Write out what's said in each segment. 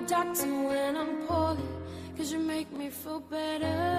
doctor when I'm poorly, 'cause you make me feel better.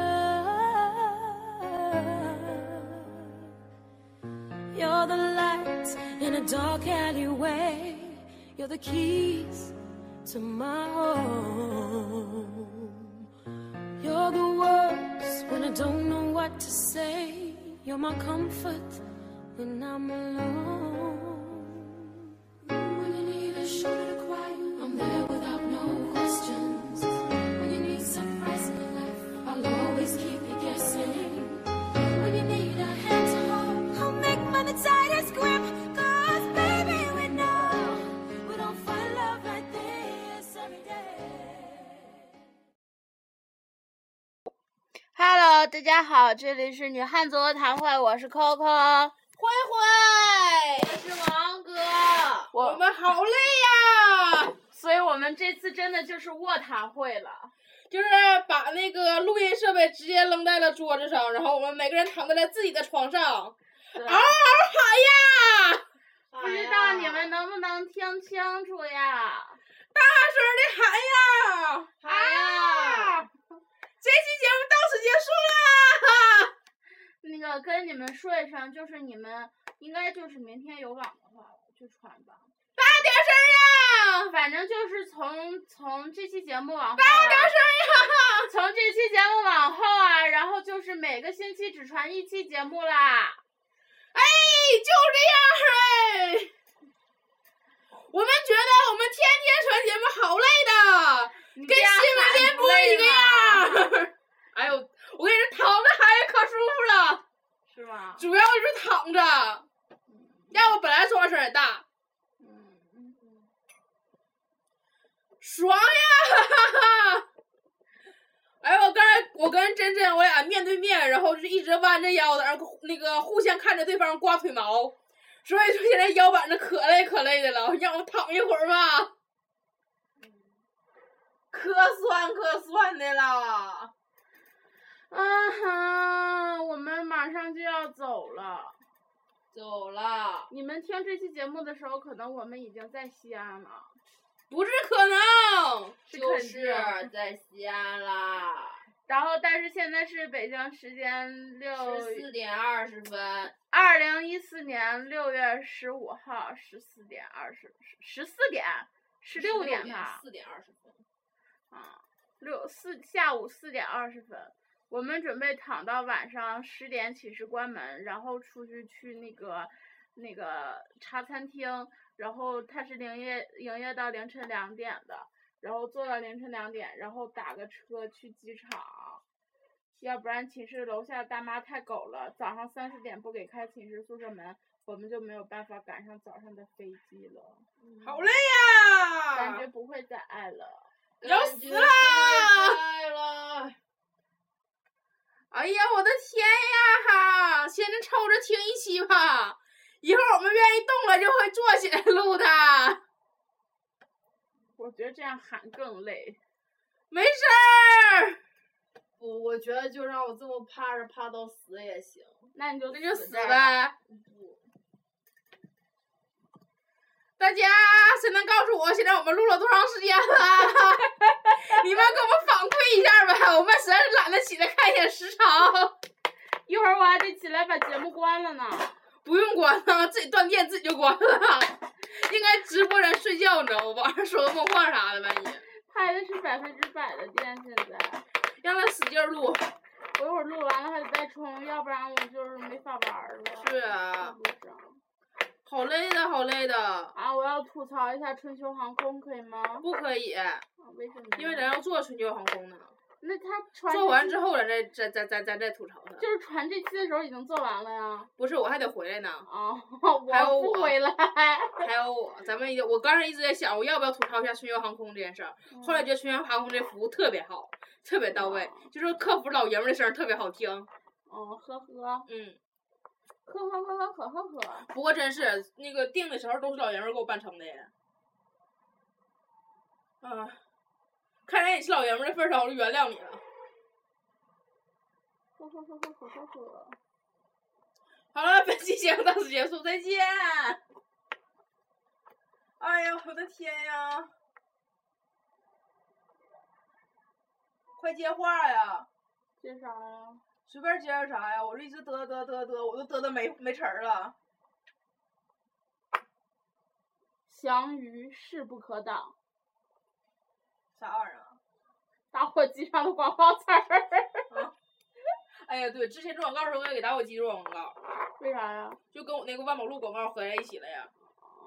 You're the light in a dark alleyway. You're the keys to my home. You're the words when I don't know what to say. You're my comfort when I'm alone. When you need a shoulder to cry, I'm there without no questions. When you need surprise in your life, I'll always keep you guessing. When you need a hand to hold, I'll make mine the tightest grip. 'Cause baby, we know we don't find love like this every day. Hello， 大家好，这里是女汉子座谈会，我是 Coco， 慧慧， 我是王哥， 我们好累呀！ 所以我们这次真的就是卧谈会了， 就是把那个录音设备直接扔在了桌子上，然后我们每个人躺在了自己的床上，嗷嗷喊呀！ 不知道你们能不能听清楚呀？ 大声的喊呀！ 喊呀！ 这期节目到此结束啦！ 那个跟你们说一声，就是你们应该就是明天有网的话就传吧。 大点声呀！ 反正就是从这期节目往后， 大点声呀！ 从这期节目往后啊，然后就是每个星期只传一期节目啦。 哎，就这样哎。我们觉得我们天天传节目好累的，跟新闻联播一个样。哎呦，我跟你说，躺着还可舒服了， 是吗？ 主要就是躺着，要不本来说话声也大，爽呀！哎，我跟珍珍我俩面对面，然后就一直弯着腰的，然后那个互相看着对方刮腿毛，所以说现在腰板子可累的了，让我躺一会儿吧，可酸的了。 我们马上就要走了。你们听这期节目的时候，可能我们已经在西安了。 不是可能， 就是在西安啦。 然后，但是现在是北京时间 14点20分。 2014年6月15号16点吧。 4点20分。 下午4点20分。我们准备躺到晚上10点起时关门，然后出去那个茶餐厅，然后它是营业到凌晨2点的，然后坐到凌晨2点，然后打个车去机场，要不然寝室楼下大妈太狗了，早上3、4点不给开寝室宿舍门，我们就没有办法赶上早上的飞机了。 好累呀！ 感觉不会再爱了， 要死啦！哎呀，我的天呀！现在抽着听一期吧，一会儿我们愿意动了就会坐起来录它。 我觉得这样喊更累。 没事儿。 我觉得就让我这么趴着趴到死也行。 那你就死呗。大家谁能告诉我现在我们录了多长时间了？你们给我们反馈一下呗，我们实在是懒得起来看一眼时长。 一会儿我还得起来把节目关了呢。 不用关了，自己断电自己就关了。应该直播人睡觉你知道吗？晚上说个梦话啥的万一。 拍的是100%的电，现在让他使劲录。 我一会儿录完了还得再充，要不然我就是没法玩了。 是啊。好累的。 啊！我要吐槽一下春秋航空，可以吗？ 不可以。 为什么？ 因为咱要做春秋航空呢。 那他传做完之后，咱再吐槽他。 就是传这期的时候已经做完了呀。 不是，我还得回来呢。 还有我不回来。 还有我刚才一直在想，我要不要吐槽一下春秋航空这件事儿。后来觉得春秋航空这服务特别好，特别到位，就是客服老爷们的声特别好听。 呵。呵。 不过真是那个订的时候都是老爷们给我办成的耶。看来你是老爷们的份上，我就原谅你了。 呵。 好了，本期节目到此结束，再见。哎呀，我的天呀！ 快接话呀！ 接啥呀？ 随便接着啥呀？我这一直嘚，我都嘚没词儿了。 祥鱼势不可挡。 啥玩意儿啊？ 打火机上的广告词儿。 啊！哎呀，对，之前做广告的时候我也给打火机做广告。 为啥呀？ 就跟我那个万宝路广告合在一起了呀。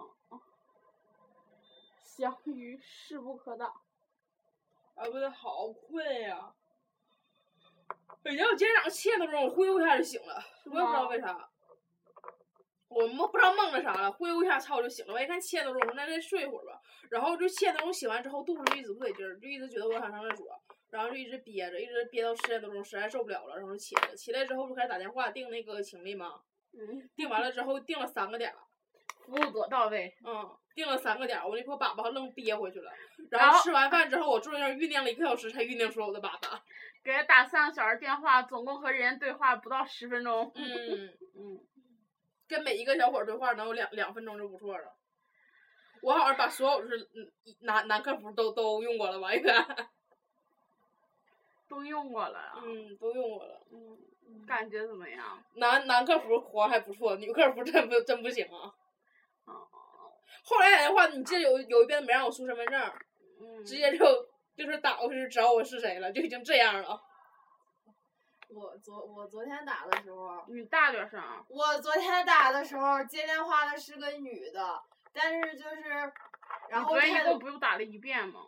祥鱼势不可挡。 啊，不对，好困呀！哎呀，我今天早上7点多钟，我忽悠一下就醒了，我也不知道为啥。我不知道梦着啥了，忽悠一下，操，我就醒了。我一看7点多钟，我说那再睡一会儿吧。然后就7点多钟醒完之后，肚子就一直不对劲儿，就一直觉得我想上厕所，然后就一直憋着，一直憋到10点多钟，实在受不了了，然后就起来了。起来之后就开始打电话订那个行李嘛。订完了之后订了3个点， 服务多到位。 订了3个点，我那破粑粑愣憋回去了。然后吃完饭之后，我坐在那儿酝酿了1个小时才酝酿出我的粑粑。 给他打3个小时电话，总共和人对话不到10分钟。 跟每一个小伙对话能有2分钟就不错了。我好像把所有就是男客服都用过了吧？应该。 都用过了。 都用过了。 感觉怎么样？ 男客服活还不错，女客服真不行啊。后来打电话，你记得有一遍没让我输身份证，直接就是打过去知道我是谁了，就已经这样了。 我昨天打的时候， 你大点声。 我昨天打的时候接电话的是个女的，但是就是，然后你昨天一共不是打了1遍吗？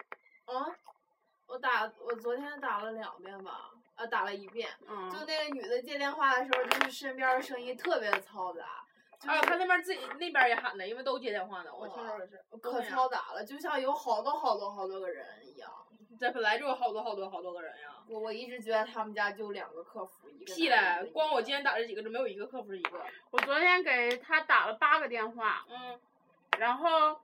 我昨天打了2遍吧，打了1遍。就那个女的接电话的时候，就是身边的声音特别嘈杂。 他那边自己那边也喊的，因为都接电话呢，我听着是。 可嘈杂了，就像有好多个人一样。 这本来就有好多个人呀。 我一直觉得他们家就2个客服，一个。 屁嘞！光我今天打这几个，就没有1个客服是1个。 我昨天给他打了8个电话。然后，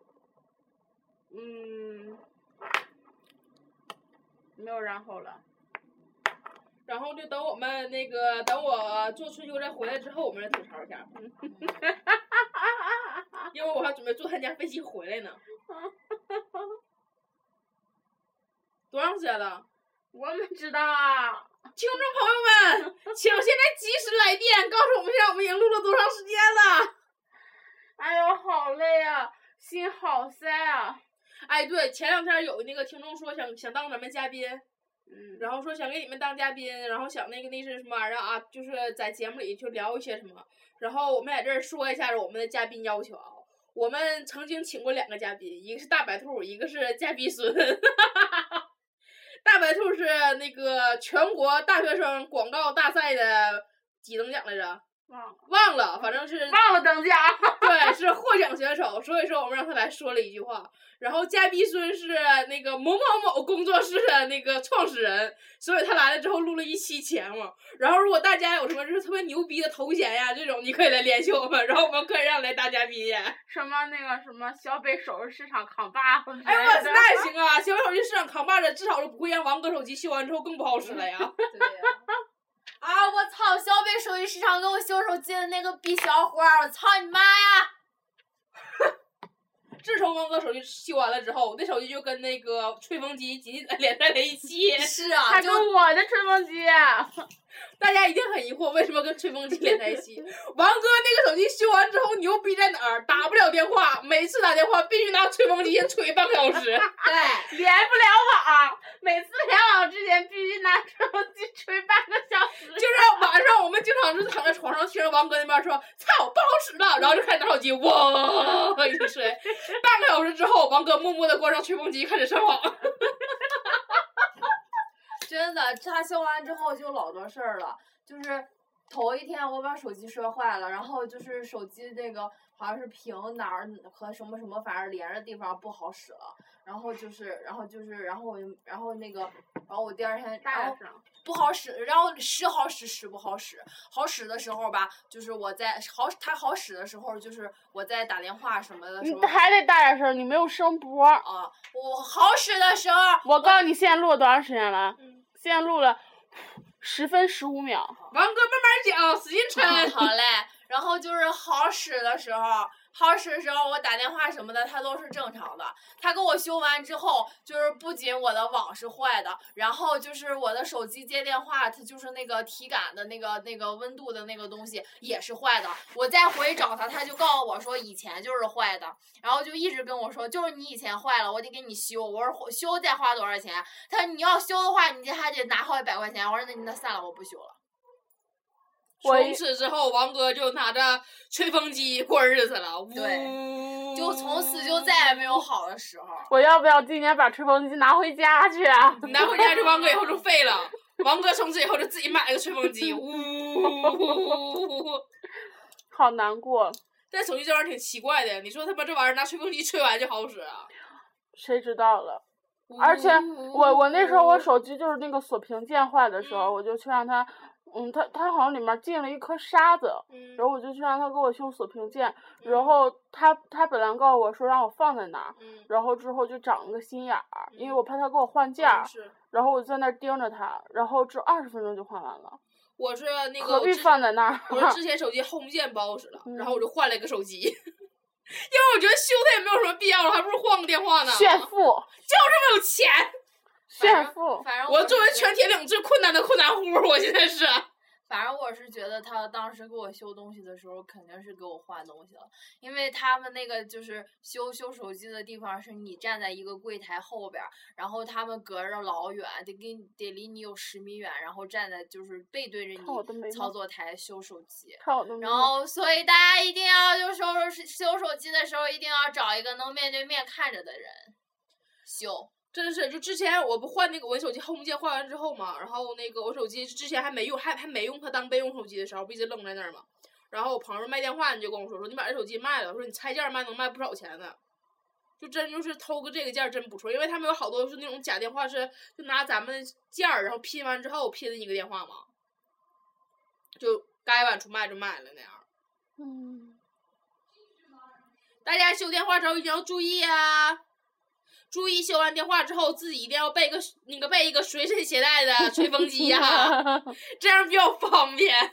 没有然后了。 然后就等我我做春秋再回来之后，我们再吐槽一下。因为我还准备坐他家飞机回来呢。多长时间了？ 我们知道啊。 听众朋友们，请现在及时来电，告诉我们现在我们已经录了多长时间了。 哎呦，好累啊，心好塞啊。 哎，对，前2天有那个听众说想当咱们嘉宾。然后说想给你们当嘉宾，然后想那是什么玩意儿啊？就是在节目里就聊一些什么。然后我们在这儿说一下我们的嘉宾要求啊。我们曾经请过2个嘉宾，一个是大白兔，一个是嘉宾孙。大白兔是那个全国大学生广告大赛的几等奖来着？忘了，反正是忘了等奖。 对，是获奖选手，所以说我们让他来说了一句话。然后嘉宾孙是那个某工作室的那个创始人，所以他来了之后录了1期节目。然后如果大家有什么就是特别牛逼的头衔呀，这种你可以来联系我们，然后我们可以让来当嘉宾呀。 什么那个什么小北首饰市场扛把子。 哎，我那行啊，小北手机市场扛把子至少就不会让王哥手机修完之后更不好使了呀。 对呀。我操！小北手机市场给我修手机的那个逼小伙儿，我操你妈呀！ 自从王哥手机修完了之后，那手机就跟那个吹风机紧紧的连在了一起。 是啊， 还跟我的吹风机。 大家一定很疑惑，为什么跟吹风机连在一起？王哥那个手机修完之后牛逼在哪儿？打不了电话，每次打电话必须拿吹风机先吹半个小时。 对，连不了网，每次连网之前必须拿吹风机吹半个小时。 就是晚上我们经常是躺在床上听着王哥那边说“操，不好使了”，然后就开始拿手机哇一直吹。半个小时之后，王哥默默的关上吹风机，开始上网。 真的，他修完之后就老多事儿了，就是头一天我把手机摔坏了，然后就是手机那个好像是屏哪儿和什么什么，反正连着地方不好使了，然后我第2天不好使，然后时好使时不好使，好使的时候吧，就是它好使的时候，就是我在打电话什么的时候。 你还得大点声，你没有声波。 我好使的时候。 我告诉你，现在录了多长时间了？现在录了10分15秒。 王哥慢慢讲，使劲抻。 好嘞。然后就是好使的时候， 好使的时候，我打电话什么的，它都是正常的。它给我修完之后，就是不仅我的网是坏的，然后就是我的手机接电话，它就是那个体感的那个温度的那个东西也是坏的。我再回找他，他就告诉我说以前就是坏的，然后就一直跟我说就是你以前坏了，我得给你修。我说修再花多少钱？他说你要修的话，你这还得拿好100块钱。我说那算了，我不修了。 从此之后，王哥就拿着吹风机过日子了。 对，就从此就再也没有好的时候。 我要不要今年把吹风机拿回家去啊？ 你拿回家这王哥以后就废了。王哥从此以后就自己买了个吹风机， 好难过。 但手机这玩意儿挺奇怪的，你说他妈这玩意儿拿吹风机吹完就好使啊？ 谁知道了？而且我那时候我手机就是那个锁屏键坏的时候，我就去让他。他好像里面进了一颗沙子，然后我就去让他给我修锁屏键，然后他本来告诉我说让我放在那儿，然后之后就长了个心眼儿，因为我怕他给我换件儿，然后我在那儿盯着他，然后只20分钟就换完了。 我是那个何必放在那儿？ 我之前手机 Home 键不好使了，然后我就换了一个手机，因为我觉得修它也没有什么必要了，还不如换个电话呢。 炫富， 就这么有钱。 炫富， 反正我作为全铁岭最困难的困难户，我现在是。 反正我是觉得他当时给我修东西的时候，肯定是给我换东西了，因为他们那个就是修手机的地方，是你站在一个柜台后边，然后他们隔着老远，得离你有10米远，然后站在就是背对着你操作台修手机。然后所以大家一定要就修手机的时候，一定要找一个能面对面看着的人修。 真是，就之前我不换那个我手机 Home 键换完之后嘛，然后那个我手机之前还没用它当备用手机的时候，不一直扔在那儿嘛。然后我朋友卖电话，你就跟我说你把这手机卖了，我说你拆件卖能卖不少钱呢。就真就是偷个这个件真不错，因为他们有好多是那种假电话，是就拿咱们件儿，然后拼完之后拼一个电话嘛，就该晚出卖就卖了那样。大家修电话时候一定要注意啊！注意修完电话之后，自己一定要备一个随身携带的吹风机呀，这样比较方便。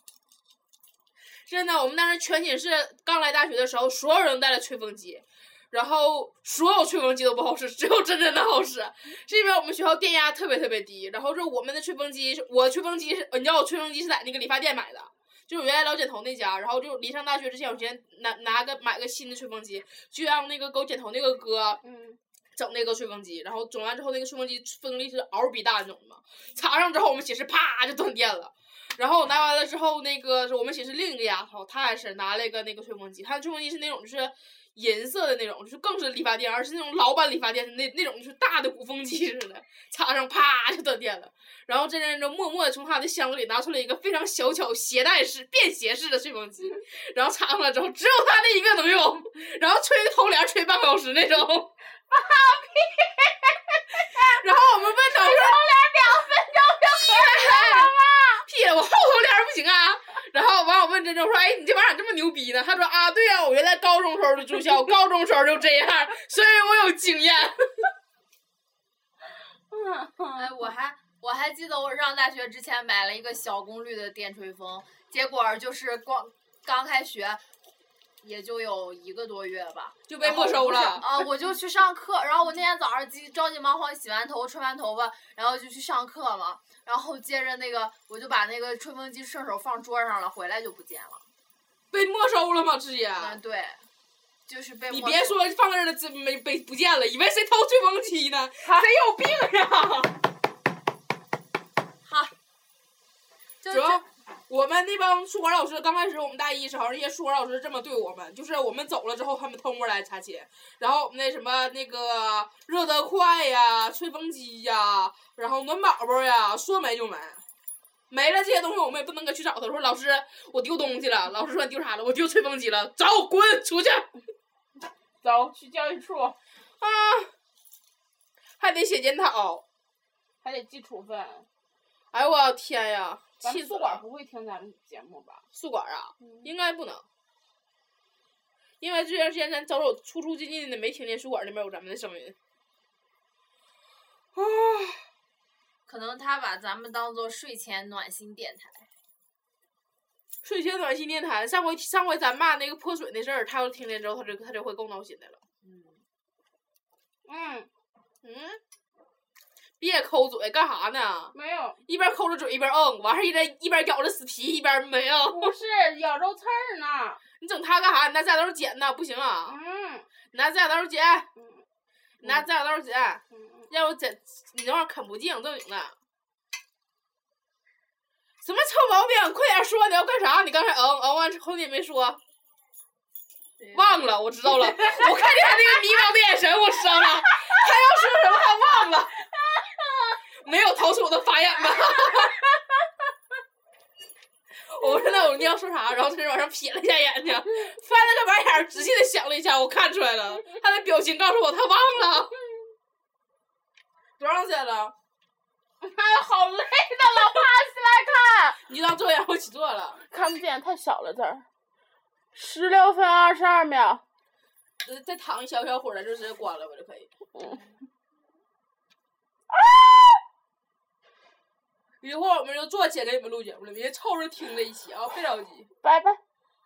真的，我们当时全寝室刚来大学的时候，所有人带了吹风机，然后所有吹风机都不好使，只有真的好使，是因为我们学校电压特别特别低。然后是我们的吹风机，你知道我吹风机是在那个理发店买的。就是原来老剪头那家，然后就离上大学之前，我之前买个新的吹风机，就让那个给我剪头那个哥，整那个吹风机，然后整完之后那个吹风机风力是嗷比大那种的嘛，插上之后我们寝室啪就断电了，然后拿完了之后那个是我们寝室另一个丫头，她也是拿了一个那个吹风机，她的吹风机是那种就是银色的那种，就是更是理发店，而是那种老版理发店的那种就是大的鼓风机似的，插上啪就断电了。然后这人就默默地从他的箱子里拿出了一个非常小巧便携式的吹风机，然后插上了之后只有他那一个能用，然后吹头帘吹半个小时那种。然后我们问他，我说头帘2分钟就可以了吗？屁了，我后头帘不行啊。然后完我问珍珍，我说哎，你这玩意儿咋这么牛逼呢？他说啊，对呀，我原来高中时候就住校，高中时候就这样，所以我有经验。 哎，我还记得我上大学之前买了一个小功率的电吹风，结果就是刚开学，也就有1个多月吧， 就被没收了。 我就去上课，然后我那天早上着急忙慌洗完头吹完头发，然后就去上课嘛，然后接着那个我就把那个吹风机顺手放桌上了，回来就不见了。 被没收了吗？直接？ 对。就是被你别说放那儿了，不见了，以为谁偷吹风机呢？谁有病啊！ 好， 主要我们那帮数学老师刚开始我们大一时候，那些数学老师这么对我们，就是我们走了之后，他们偷摸来查寝，然后我们那个热得快呀、吹风机呀，然后暖宝宝呀，说没就没。没了这些东西，我们也不能去找他。说老师，我丢东西了。老师说你丢啥了？我丢吹风机了。走，滚出去！ 走去教育处啊，还得写检讨， 还得记处分。 哎呦我天呀！ 咱们宿管不会听咱们节目吧？ 宿管啊，应该不能，因为这段时间咱走出进的，没听见宿管那边有咱们的声音。啊。 可能他把咱们当做睡前暖心电台。 睡前暖心电台，上回咱骂那个泼水那事儿，他要听见之后，他就会够闹心的了。别抠嘴，干啥呢？ 没有， 一边抠着嘴一边完事一边咬着死皮一边没有。 不是咬着刺儿呢。 你整它干啥？你拿指甲刀剪呢？不行啊！你拿指甲刀剪，你拿指甲刀剪，要不剪你那玩意儿啃不净，正经的。什么臭毛病？快点说，你要干啥？你刚才完之后你也没说。忘了，我知道了。我看见他那个迷茫的眼神，我知道了。他要说什么，他忘了。没有逃出我的法眼吧？我说那你要说啥？然后他就往上瞥了一下眼睛，翻了个白眼，仔细的想了一下，我看出来了，他的表情告诉我他忘了。多长时间了？ 哎呀，好累的了，趴起来看。 你当座位我起坐了。 看不见，太小了字儿。16分22秒。 再躺一小会儿了，就直接关了，我就可以。一会儿我们就坐起来给你们录节目了，别凑着听在一起啊，别着急。 拜拜。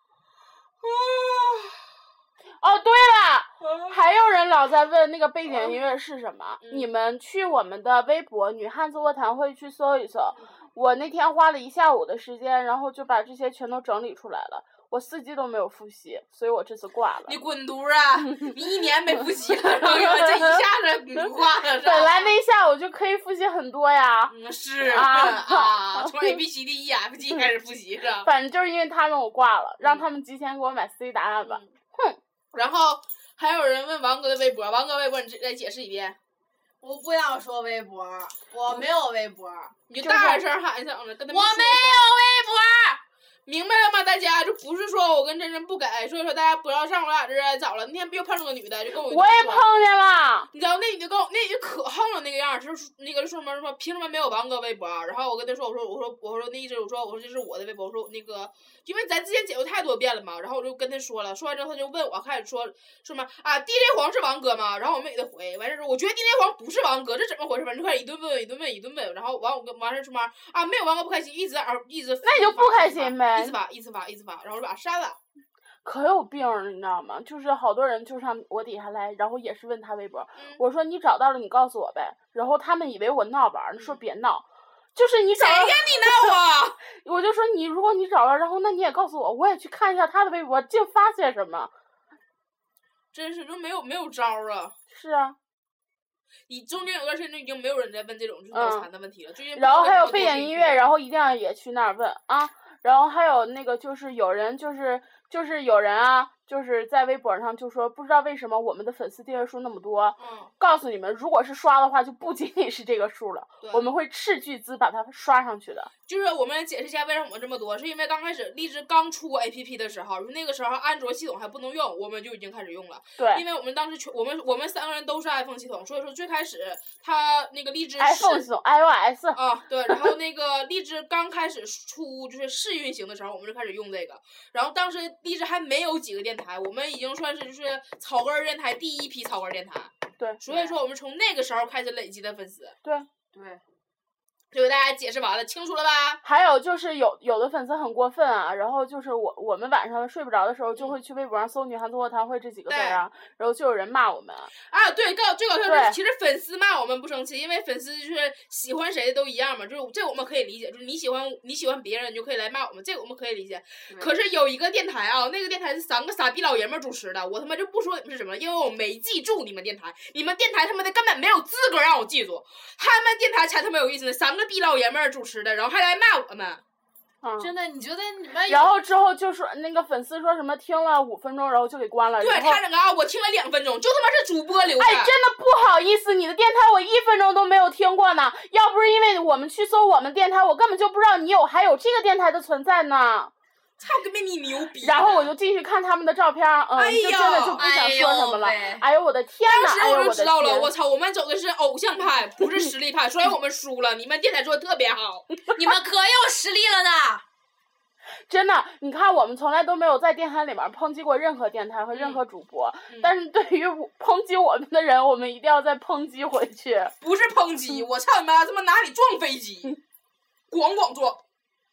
哦，对了，还有人老在问那个背景音乐是什么，你们去我们的微博女汉子卧谈会去搜一搜，我那天花了1下午的时间，然后就把这些全都整理出来了。我4级都没有复习，所以我这次挂了。 你滚犊啊！你1年没复习了，然后这一下子你挂了。 本来那一下午就可以复习很多呀。 是啊，从 ABCDEFG 开始复习是吧？ 反正就是因为他们我挂了，让他们提前给我买C 答案吧。哼。 然后还有人问王哥的微博，王哥微博你再解释一遍。 我不想说微博，我没有微博。 你就大声喊一声了，跟他们说。 我没有微博。 明白了吗？大家就不是说我跟真真不给，所以说大家不要上我俩这早了。那天不又碰上个女的，就跟我也碰见了。 你知道那女的跟我那女的可横了那个样，就是那个说什么凭什么没有王哥微博？然后我跟她说，我说那意思我说这是我的微博，我说那个因为咱之前解释太多遍了嘛，然后我就跟她说了，说完之后她就问我，开始说什么啊 DJ 黄是王哥吗？然后我没给她回，完事说我觉得 DJ 黄不是王哥，这怎么回事？反正就开始一顿问，然后我跟完事说嘛啊没有王哥不开心，一直那你就不开心呗。 一直发，然后就把它删了。 可有病了，你知道吗？就是好多人就上我底下来，然后也是问他微博，我说你找到了，你告诉我呗。然后他们以为我闹玩，说别闹，就是你找到。 谁跟你闹啊？ 我就说如果你找到，然后那你也告诉我，我也去看一下他的微博，净发些什么。 真是就没有招啊。 是啊。 你中间有段时间就已经没有人在问这种就是脑残的问题了，最近。 然后还有背景音乐，然后一定要也去那儿问啊。然后还有那个就是有人就是有人啊，就是在微博上就说不知道为什么我们的粉丝订阅数那么多，告诉你们，如果是刷的话，就不仅仅是这个数了，我们会斥巨资把它刷上去的。 就是我们解释一下为什么我们这么多，是因为刚开始荔枝刚出过 APP 的时候，那个时候安卓系统还不能用，我们就已经开始用了。 对。 因为我们当时我们3个人都是 iPhone 系统，所以说最开始它那个荔枝 iPhone 系统 iOS 啊，对，然后那个荔枝刚开始出就是试运行的时候，我们就开始用这个，然后当时荔枝还没有几个电台，我们已经算是就是草根电台第一批草根电台。 对。 所以说我们从那个时候开始累积的粉丝。 对。 就给大家解释完了，清楚了吧？ 还有就是有的粉丝很过分啊，然后就是我们晚上睡不着的时候，就会去微博上搜"女汉子卧谈会"这几个字啊，然后就有人骂我们。 啊，对，最搞笑的是，其实粉丝骂我们不生气，因为粉丝就是喜欢谁的都一样嘛，就是这我们可以理解，就是你喜欢别人，你就可以来骂我们，这个我们可以理解。可是有一个电台啊，那个电台是3个傻逼老爷们主持的，我他妈就不说你们是什么了，因为我没记住你们电台他妈的根本没有资格让我记住，他们电台才他妈有意思呢，3个逼老爷们主持的，然后还来骂我们。 真的，你觉得你们？ 然后之后就说那个粉丝说什么听了5分钟，然后就给关了。 对他那个啊，我听了2分钟，就他妈是主播留的。 哎，真的不好意思，你的电台我1分钟都没有听过呢。要不是因为我们去搜我们电台，我根本就不知道还有这个电台的存在呢。 操，跟你牛逼！ 然后我就进去看他们的照片，就真的就不想说什么了。哎呦我的天哪！ 当时我就知道了，我操，我们走的是偶像派，不是实力派，所以我们输了。你们电台做的特别好， 你们可有实力了呢！ 真的，你看我们从来都没有在电台里面抨击过任何电台和任何主播，但是对于抨击我们的人，我们一定要再抨击回去。 不是抨击，我操你妈，他妈哪里撞飞机，咣咣撞。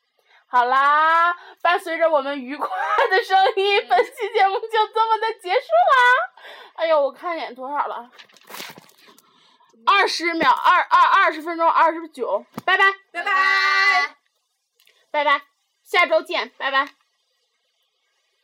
好啦，伴随着我们愉快的声音，本期节目就这么的结束啦。哎呦，我看眼多少了？20秒，20分钟29，拜拜， 拜拜， 拜拜，下周见，拜拜。